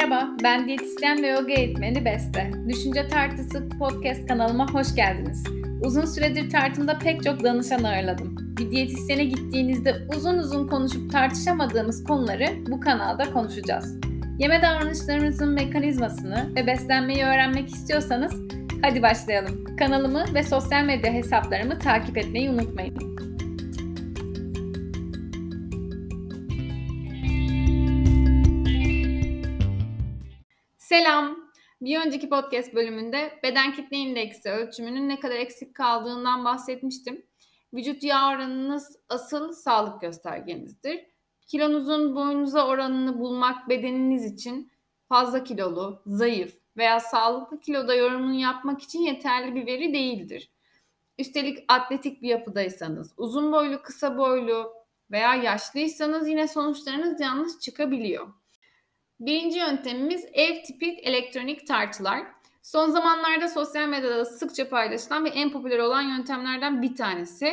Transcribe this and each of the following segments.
Merhaba, ben diyetisyen ve yoga eğitmeni Beste. Düşünce Tartısı podcast kanalıma hoş geldiniz. Uzun süredir tartımda pek çok danışan ağırladım. Bir diyetisyene gittiğinizde uzun uzun konuşup tartışamadığımız konuları bu kanalda konuşacağız. Yeme davranışlarımızın mekanizmasını ve beslenmeyi öğrenmek istiyorsanız hadi başlayalım. Kanalımı ve sosyal medya hesaplarımı takip etmeyi unutmayın. Selam. Bir önceki podcast bölümünde beden kitle indeksi ölçümünün ne kadar eksik kaldığından bahsetmiştim. Vücut yağ oranınız asıl sağlık göstergenizdir. Kilonuzun boyunuza oranını bulmak bedeniniz için fazla kilolu, zayıf veya sağlıklı kiloda yorumunu yapmak için yeterli bir veri değildir. Üstelik atletik bir yapıdaysanız, uzun boylu, kısa boylu veya yaşlıysanız yine sonuçlarınız yanlış çıkabiliyor. Birinci yöntemimiz ev tipi elektronik tartılar. Son zamanlarda sosyal medyada sıkça paylaşılan ve en popüler olan yöntemlerden bir tanesi.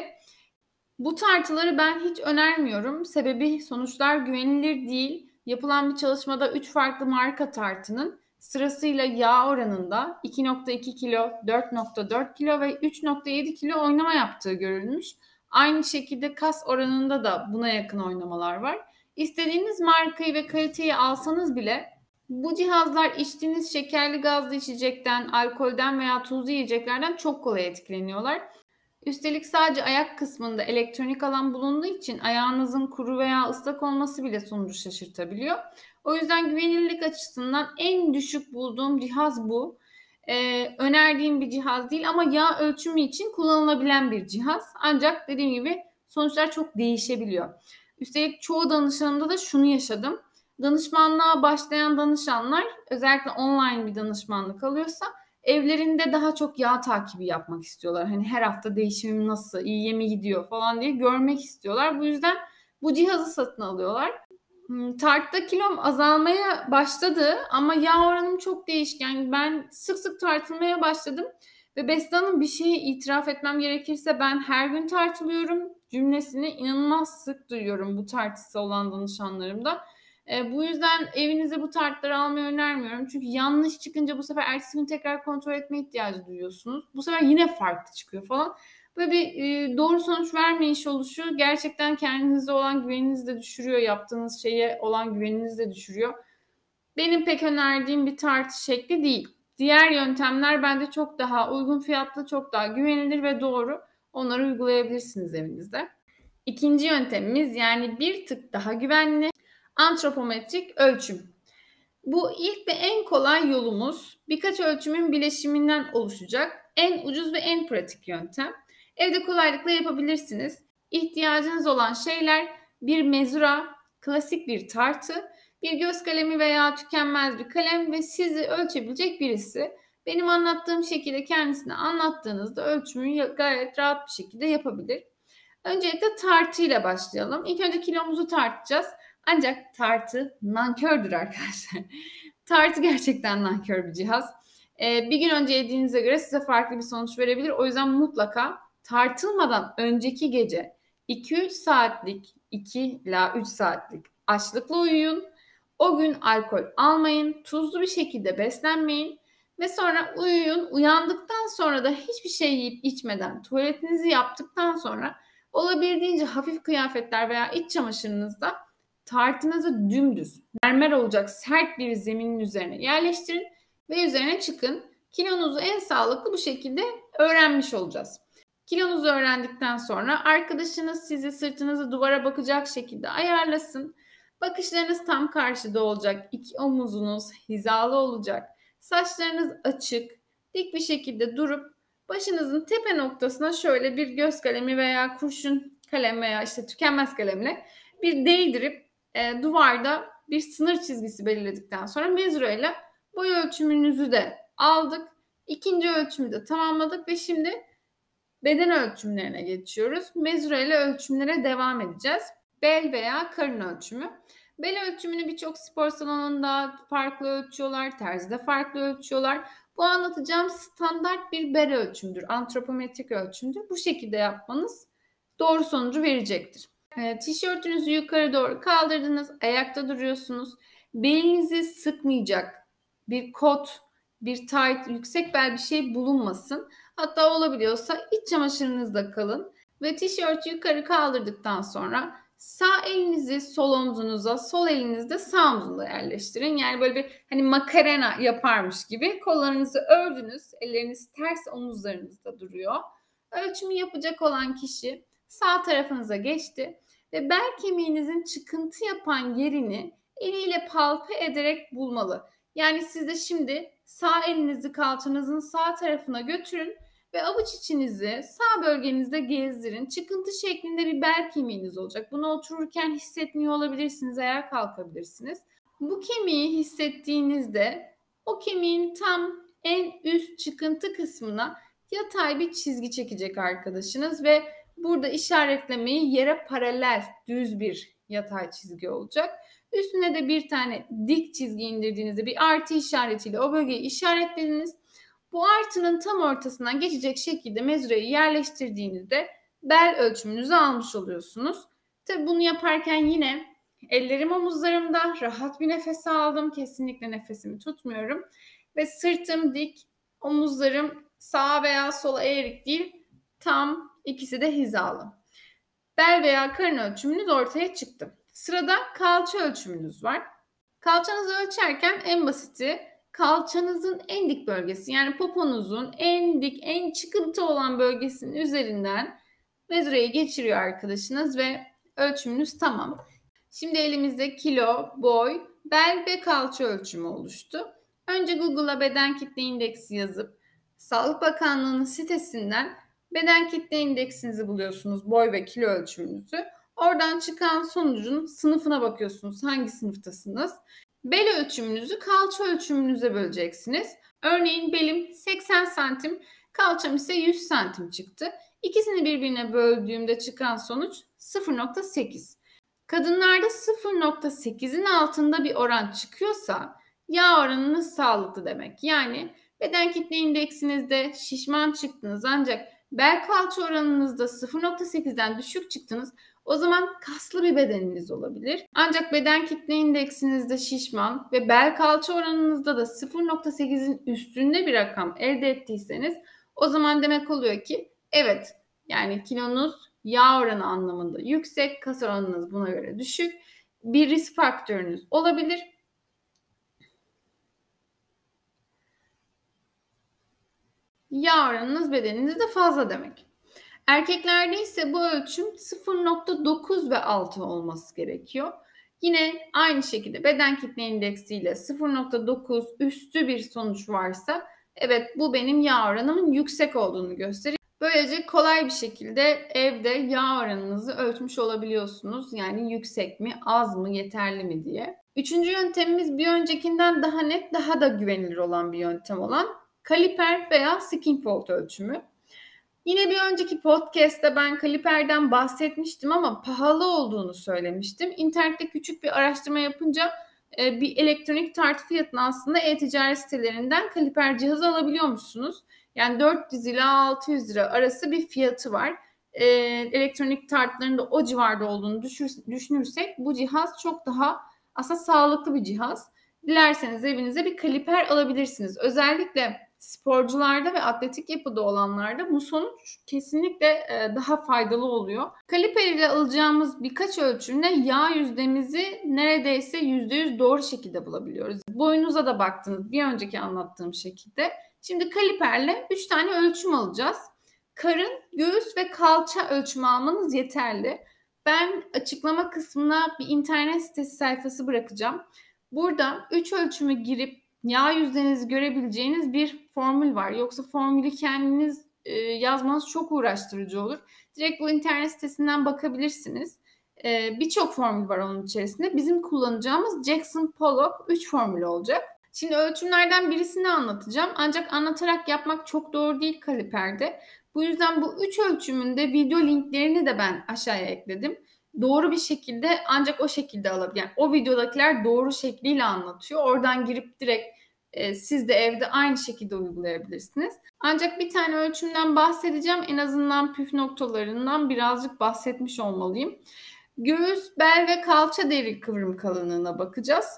Bu tartıları ben hiç önermiyorum. Sebebi sonuçlar güvenilir değil. Yapılan bir çalışmada 3 farklı marka tartının sırasıyla yağ oranında 2,2 kilo, 4,4 kilo ve 3,7 kilo oynama yaptığı görülmüş. Aynı şekilde kas oranında da buna yakın oynamalar var. İstediğiniz markayı ve kaliteyi alsanız bile bu cihazlar içtiğiniz şekerli gazlı içecekten, alkolden veya tuzlu yiyeceklerden çok kolay etkileniyorlar. Üstelik sadece ayak kısmında elektronik alan bulunduğu için ayağınızın kuru veya ıslak olması bile sonucu şaşırtabiliyor. O yüzden güvenilirlik açısından en düşük bulduğum cihaz bu. Önerdiğim bir cihaz değil ama yağ ölçümü için kullanılabilen bir cihaz. Ancak dediğim gibi sonuçlar çok değişebiliyor. Üstelik çoğu danışanımda da şunu yaşadım. Danışmanlığa başlayan danışanlar özellikle online bir danışmanlık alıyorsa evlerinde daha çok yağ takibi yapmak istiyorlar. Hani her hafta değişimim nasıl, iyiye mi gidiyor falan diye görmek istiyorlar. Bu yüzden bu cihazı satın alıyorlar. Tartıda kilom azalmaya başladı ama yağ oranım çok değişken. Ben sık sık tartılmaya başladım. Ve Beste Hanım, bir şeyi itiraf etmem gerekirse ben her gün tartılıyorum cümlesini inanılmaz sık duyuyorum bu tartısı olan danışanlarımda. Bu yüzden evinize bu tartları almayı önermiyorum. Çünkü yanlış çıkınca bu sefer ertesi gün tekrar kontrol etme ihtiyacı duyuyorsunuz. Bu sefer yine farklı çıkıyor falan. Böyle bir doğru sonuç vermeyiş oluşu gerçekten kendinize olan güveninizi de düşürüyor. Yaptığınız şeye olan güveninizi de düşürüyor. Benim pek önerdiğim bir tartı şekli değil. Diğer yöntemler bence çok daha uygun fiyatlı, çok daha güvenilir ve doğru. Onları uygulayabilirsiniz evinizde. İkinci yöntemimiz, yani bir tık daha güvenli, antropometrik ölçüm. Bu ilk ve en kolay yolumuz. Birkaç ölçümün bileşiminden oluşacak en ucuz ve en pratik yöntem. Evde kolaylıkla yapabilirsiniz. İhtiyacınız olan şeyler bir mezura, klasik bir tartı, bir göz kalemi veya tükenmez bir kalem ve sizi ölçebilecek birisi. Benim anlattığım şekilde kendisine anlattığınızda ölçümü gayet rahat bir şekilde yapabilir. Öncelikle tartıyla başlayalım. İlk önce kilomuzu tartacağız. Ancak tartı nankördür arkadaşlar. Tartı gerçekten nankör bir cihaz. Bir gün önce yediğinize göre size farklı bir sonuç verebilir. O yüzden mutlaka tartılmadan önceki gece 2-3 saatlik, 2 ila 3 saatlik açlıkla uyuyun. O gün alkol almayın, tuzlu bir şekilde beslenmeyin ve sonra uyuyun. Uyandıktan sonra da hiçbir şey yiyip içmeden tuvaletinizi yaptıktan sonra olabildiğince hafif kıyafetler veya iç çamaşırınızda tartınızı dümdüz, mermer olacak sert bir zeminin üzerine yerleştirin ve üzerine çıkın. Kilonuzu en sağlıklı bu şekilde öğrenmiş olacağız. Kilonuzu öğrendikten sonra arkadaşınız sizi sırtınızı duvara bakacak şekilde ayarlasın. Bakışlarınız tam karşıda olacak. İki omuzunuz hizalı olacak. Saçlarınız açık, dik bir şekilde durup başınızın tepe noktasına şöyle bir göz kalemi veya kurşun kalem veya işte tükenmez kalemle bir değdirip duvarda bir sınır çizgisi belirledikten sonra mezurayla boy ölçümünüzü de aldık. İkinci ölçümü de tamamladık ve şimdi beden ölçümlerine geçiyoruz. Mezurayla ölçümlere devam edeceğiz. Bel veya karın ölçümü. Bel ölçümünü birçok spor salonunda farklı ölçüyorlar, terzide farklı ölçüyorlar. Bu anlatacağım standart bir bel ölçümüdür, antropometrik ölçümdür. Bu şekilde yapmanız doğru sonucu verecektir. Tişörtünüzü yukarı doğru kaldırdınız, ayakta duruyorsunuz. belinizi sıkmayacak bir kot, bir tayt, yüksek bel bir şey bulunmasın. Hatta olabiliyorsa iç çamaşırınızla kalın ve tişörtü yukarı kaldırdıktan sonra sağ elinizi sol omzunuza, sol elinizi de sağ omuzunuza yerleştirin. Yani böyle bir hani makarena yaparmış gibi kollarınızı ördünüz, elleriniz ters omuzlarınızda duruyor. Ölçümü yapacak olan kişi sağ tarafınıza geçti ve bel kemiğinizin çıkıntı yapan yerini eliyle palpe ederek bulmalı. Yani siz de şimdi sağ elinizi kalçanızın sağ tarafına götürün ve avuç içinizi sağ bölgenizde gezdirin. Çıkıntı şeklinde bir bel kemiğiniz olacak. Bunu otururken hissetmiyor olabilirsiniz, ayağa kalkabilirsiniz. Bu kemiği hissettiğinizde o kemiğin tam en üst çıkıntı kısmına yatay bir çizgi çekecek arkadaşınız ve burada işaretlemeyi yere paralel düz bir yatay çizgi olacak. Üstüne de bir tane dik çizgi indirdiğinizde bir artı işaretiyle o bölgeyi işaretlediniz. Bu artının tam ortasından geçecek şekilde mezureyi yerleştirdiğinizde bel ölçümünüzü almış oluyorsunuz. Tabi bunu yaparken yine ellerim omuzlarımda, rahat bir nefes aldım. Kesinlikle nefesimi tutmuyorum. Ve sırtım dik, omuzlarım sağa veya sola eğrik değil, tam ikisi de hizalı. Bel veya karın ölçümünüz ortaya çıktı. Sırada kalça ölçümünüz var. Kalçanızı ölçerken en basiti kalçanızın en dik bölgesi, yani poponuzun en dik, en çıkıntı olan bölgesinin üzerinden mezureyi geçiriyor arkadaşınız ve ölçümünüz tamam. Şimdi elimizde kilo, boy, bel ve kalça ölçümü oluştu. Önce Google'a beden kitle indeksi yazıp Sağlık Bakanlığı'nın sitesinden beden kitle indeksinizi buluyorsunuz, boy ve kilo ölçümünüzü. Oradan çıkan sonucun sınıfına bakıyorsunuz, hangi sınıftasınız. Bel ölçümünüzü kalça ölçümünüze böleceksiniz. Örneğin belim 80 santim, kalçam ise 100 santim çıktı. İkisini birbirine böldüğümde çıkan sonuç 0,8. Kadınlarda 0,8'in altında bir oran çıkıyorsa yağ oranınız sağlıklı demek. Yani beden kitle indeksinizde şişman çıktınız ancak bel kalça oranınızda 0,8'den düşük çıktınız. O zaman kaslı bir bedeniniz olabilir. Ancak beden kitle indeksinizde şişman ve bel kalça oranınızda da 0,8'in üstünde bir rakam elde ettiyseniz o zaman demek oluyor ki evet, yani kilonuz yağ oranı anlamında yüksek, kas oranınız buna göre düşük. Bir risk faktörünüz olabilir. Yağ oranınız bedeninizde fazla demek. Erkeklerde ise bu ölçüm 0,9 ve altı olması gerekiyor. Yine aynı şekilde beden kitle indeksiyle 0,9 üstü bir sonuç varsa evet, bu benim yağ oranımın yüksek olduğunu gösteriyor. Böylece kolay bir şekilde evde yağ oranınızı ölçmüş olabiliyorsunuz. Yani yüksek mi, az mı, yeterli mi diye. Üçüncü yöntemimiz bir öncekinden daha net, daha da güvenilir olan bir yöntem olan kaliper veya skin fold ölçümü. Yine bir önceki podcast'te ben kaliperden bahsetmiştim ama pahalı olduğunu söylemiştim. İnternette küçük bir araştırma yapınca bir elektronik tartı fiyatına aslında e-ticaret sitelerinden kaliper cihazı alabiliyormuşsunuz. Yani 400 ila 600 lira arası bir fiyatı var. Elektronik tartların da o civarda olduğunu düşünürsek bu cihaz çok daha aslında sağlıklı bir cihaz. Dilerseniz evinize bir kaliper alabilirsiniz. Özellikle sporcularda ve atletik yapıda olanlarda bu sonuç kesinlikle daha faydalı oluyor. Kaliper ile alacağımız birkaç ölçümle yağ yüzdemizi neredeyse %100 doğru şekilde bulabiliyoruz. Boyunuza da baktınız bir önceki anlattığım şekilde. Şimdi kaliperle 3 tane ölçüm alacağız. Karın, göğüs ve kalça ölçümü almanız yeterli. Ben açıklama kısmına bir internet sitesi sayfası bırakacağım. Burada 3 ölçümü girip yağ yüzdenizi görebileceğiniz bir formül var. Yoksa formülü kendiniz yazmanız çok uğraştırıcı olur. Direkt bu internet sitesinden bakabilirsiniz. Birçok formül var onun içerisinde. Bizim kullanacağımız Jackson Pollock 3 formülü olacak. Şimdi ölçümlerden birisini anlatacağım. Ancak anlatarak yapmak çok doğru değil kaliperde. Bu yüzden bu 3 ölçümün de video linklerini de ben aşağıya ekledim. Doğru bir şekilde ancak o şekilde alabilir. Yani o videodakiler doğru şekliyle anlatıyor. Oradan girip direkt siz de evde aynı şekilde uygulayabilirsiniz. Ancak bir tane ölçümden bahsedeceğim. En azından püf noktalarından birazcık bahsetmiş olmalıyım. Göğüs, bel ve kalça deri kıvrım kalınlığına bakacağız.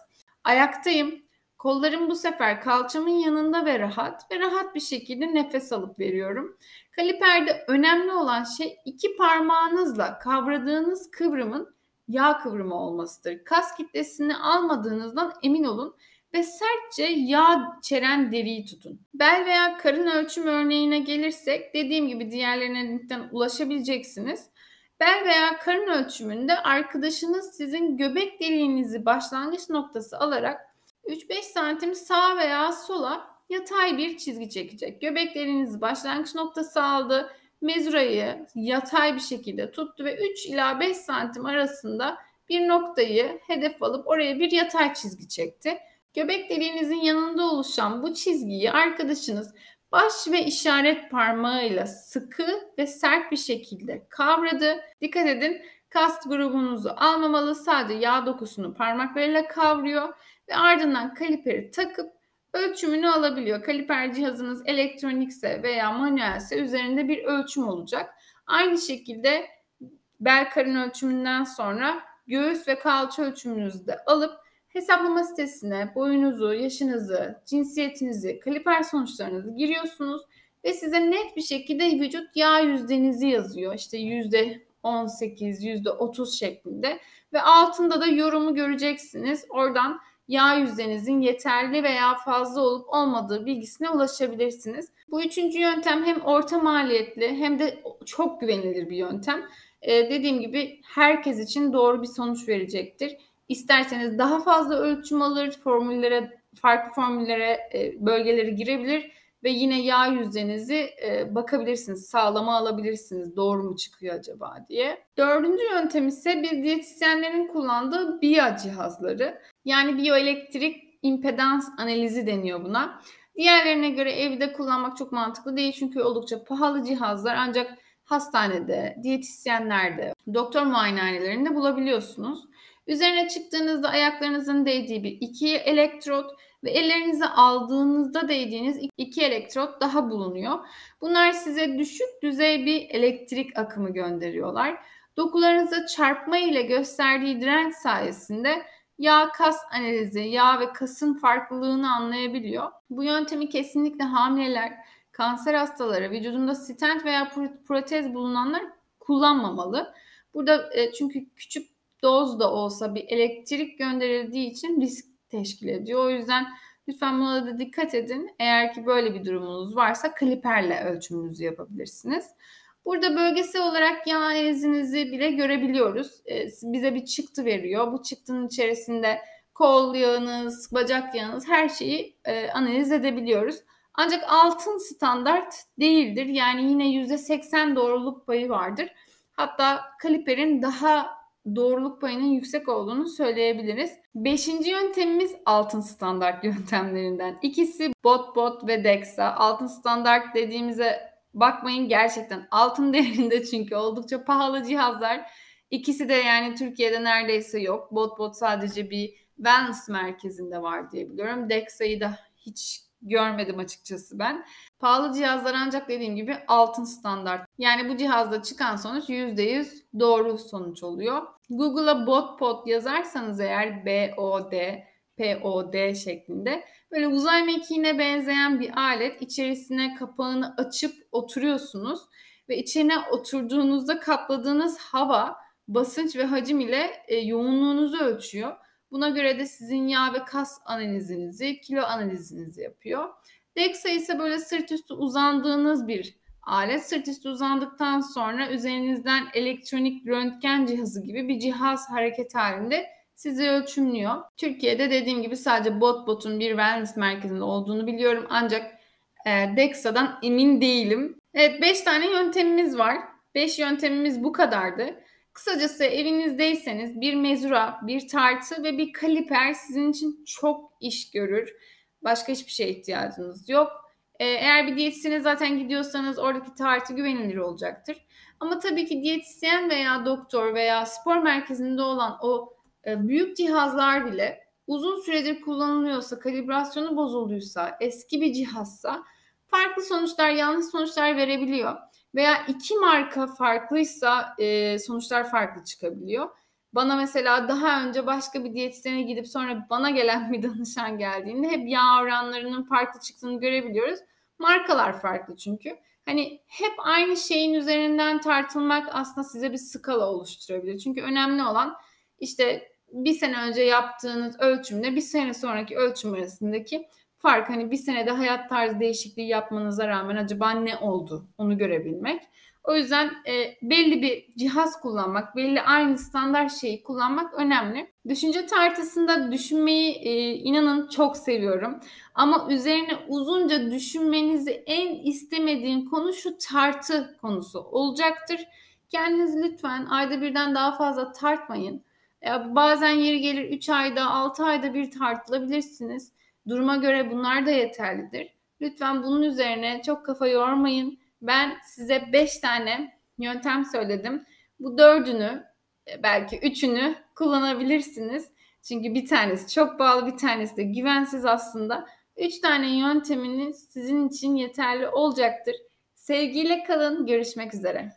Ayaktayım. Kollarım bu sefer kalçamın yanında ve rahat bir şekilde nefes alıp veriyorum. Kaliperde önemli olan şey 2 parmağınızla kavradığınız kıvrımın yağ kıvrımı olmasıdır. Kas kitlesini almadığınızdan emin olun ve sertçe yağ içeren deriyi tutun. Bel veya karın ölçüm örneğine gelirsek, dediğim gibi diğerlerine linkten ulaşabileceksiniz. Bel veya karın ölçümünde arkadaşınız sizin göbek deliğinizi başlangıç noktası alarak 3-5 santim sağa veya sola yatay bir çizgi çekecek. Göbek deliğinizi başlangıç noktası aldı. Mezurayı yatay bir şekilde tuttu ve 3 ila 5 santim arasında bir noktayı hedef alıp oraya bir yatay çizgi çekti. Göbek deliğinizin yanında oluşan bu çizgiyi arkadaşınız baş ve işaret parmağıyla sıkı ve sert bir şekilde kavradı. Dikkat edin, kas grubunuzu almamalı. Sadece yağ dokusunu parmaklarıyla kavruyor ve ardından kaliperi takıp ölçümünü alabiliyor. Kaliper cihazınız elektronikse veya manuelse üzerinde bir ölçüm olacak. Aynı şekilde bel karın ölçümünden sonra göğüs ve kalça ölçümünüzü de alıp hesaplama sitesine boyunuzu, yaşınızı, cinsiyetinizi, kaliper sonuçlarınızı giriyorsunuz ve size net bir şekilde vücut yağ yüzdenizi yazıyor. İşte %18, %30 şeklinde ve altında da yorumu göreceksiniz. Oradan yağ yüzdenizin yeterli veya fazla olup olmadığı bilgisine ulaşabilirsiniz. Bu üçüncü yöntem hem orta maliyetli hem de çok güvenilir bir yöntem. Dediğim gibi herkes için doğru bir sonuç verecektir. İsterseniz daha fazla ölçüm alır, farklı formüllere, bölgeleri girebilir ve yine yağ yüzdenizi bakabilirsiniz, sağlama alabilirsiniz. Doğru mu çıkıyor acaba diye. Dördüncü yöntem ise biz diyetisyenlerin kullandığı BIA cihazları. Yani biyoelektrik impedans analizi deniyor buna. Diğerlerine göre evde kullanmak çok mantıklı değil çünkü oldukça pahalı cihazlar, ancak hastanede, diyetisyenlerde, doktor muayenehanelerinde bulabiliyorsunuz. Üzerine çıktığınızda ayaklarınızın değdiği bir iki elektrot ve ellerinize aldığınızda değdiğiniz iki elektrot daha bulunuyor. Bunlar size düşük düzey bir elektrik akımı gönderiyorlar. Dokularınıza çarpma ile gösterdiği direnç sayesinde yağ kas analizi, yağ ve kasın farklılığını anlayabiliyor. Bu yöntemi kesinlikle hamileler, kanser hastaları, vücudunda stent veya protez bulunanlar kullanmamalı. Burada çünkü küçük doz da olsa bir elektrik gönderildiği için risk teşkil ediyor. O yüzden lütfen buna da dikkat edin. Eğer ki böyle bir durumunuz varsa kaliperle ölçümünüzü yapabilirsiniz. Burada bölgesel olarak yağ analizinizi bile görebiliyoruz. Bize bir çıktı veriyor. Bu çıktının içerisinde kol yağınız, bacak yağınız, her şeyi analiz edebiliyoruz. Ancak altın standart değildir. Yani yine %80 doğruluk payı vardır. Hatta kaliperin daha doğruluk payının yüksek olduğunu söyleyebiliriz. Beşinci yöntemimiz altın standart yöntemlerinden. İkisi BotBot ve DEXA. Altın standart dediğimize bakmayın, gerçekten altın değerinde çünkü oldukça pahalı cihazlar. İkisi de yani Türkiye'de neredeyse yok. BotBot sadece bir wellness merkezinde var diye biliyorum. DEXA'yı da hiç görmedim açıkçası ben. Pahalı cihazlar ancak dediğim gibi altın standart. Yani bu cihazda çıkan sonuç %100 doğru sonuç oluyor. Google'a BotPod yazarsanız eğer BOD şeklinde böyle uzay mekiğine benzeyen bir alet, içerisine kapağını açıp oturuyorsunuz ve içine oturduğunuzda kapladığınız hava, basınç ve hacim ile yoğunluğunuzu ölçüyor. Buna göre de sizin yağ ve kas analizinizi, kilo analizinizi yapıyor. DEXA ise böyle sırt üstü uzandığınız bir alet. Sırt üstü uzandıktan sonra üzerinizden elektronik röntgen cihazı gibi bir cihaz hareket halinde sizi ölçümlüyor. Türkiye'de dediğim gibi sadece BotBot'un bir wellness merkezinde olduğunu biliyorum. Ancak DEXA'dan emin değilim. Evet, 5 tane yöntemimiz var. 5 yöntemimiz bu kadardı. Kısacası evinizdeyseniz bir mezura, bir tartı ve bir kaliper sizin için çok iş görür. Başka hiçbir şeye ihtiyacınız yok. Eğer bir diyetisyene zaten gidiyorsanız oradaki tartı güvenilir olacaktır. Ama tabii ki diyetisyen veya doktor veya spor merkezinde olan o büyük cihazlar bile uzun süredir kullanılıyorsa, kalibrasyonu bozulduysa, eski bir cihazsa farklı sonuçlar, yanlış sonuçlar verebiliyor. Veya iki marka farklıysa sonuçlar farklı çıkabiliyor. Bana mesela daha önce başka bir diyetisyene gidip sonra bana gelen bir danışan geldiğinde hep yağ oranlarının farklı çıktığını görebiliyoruz. Markalar farklı çünkü. Hani hep aynı şeyin üzerinden tartılmak aslında size bir skala oluşturabilir. Çünkü önemli olan işte bir sene önce yaptığınız ölçümle bir sene sonraki ölçüm arasındaki fark. Hani bir senede hayat tarzı değişikliği yapmanıza rağmen acaba ne oldu onu görebilmek. O yüzden belli bir cihaz kullanmak, belli aynı standart şeyi kullanmak önemli. Düşünce tartısında düşünmeyi inanın çok seviyorum. Ama üzerine uzunca düşünmenizi en istemediğim konu şu tartı konusu olacaktır. Kendinizi lütfen ayda birden daha fazla tartmayın. Bazen yeri gelir 3 ayda, 6 ayda bir tartılabilirsiniz. Duruma göre bunlar da yeterlidir. Lütfen bunun üzerine çok kafa yormayın. Ben size 5 tane yöntem söyledim. Bu 4'ünü, belki 3'ünü kullanabilirsiniz. Çünkü bir tanesi çok pahalı, bir tanesi de güvensiz aslında. 3 tane yönteminiz sizin için yeterli olacaktır. Sevgiyle kalın, görüşmek üzere.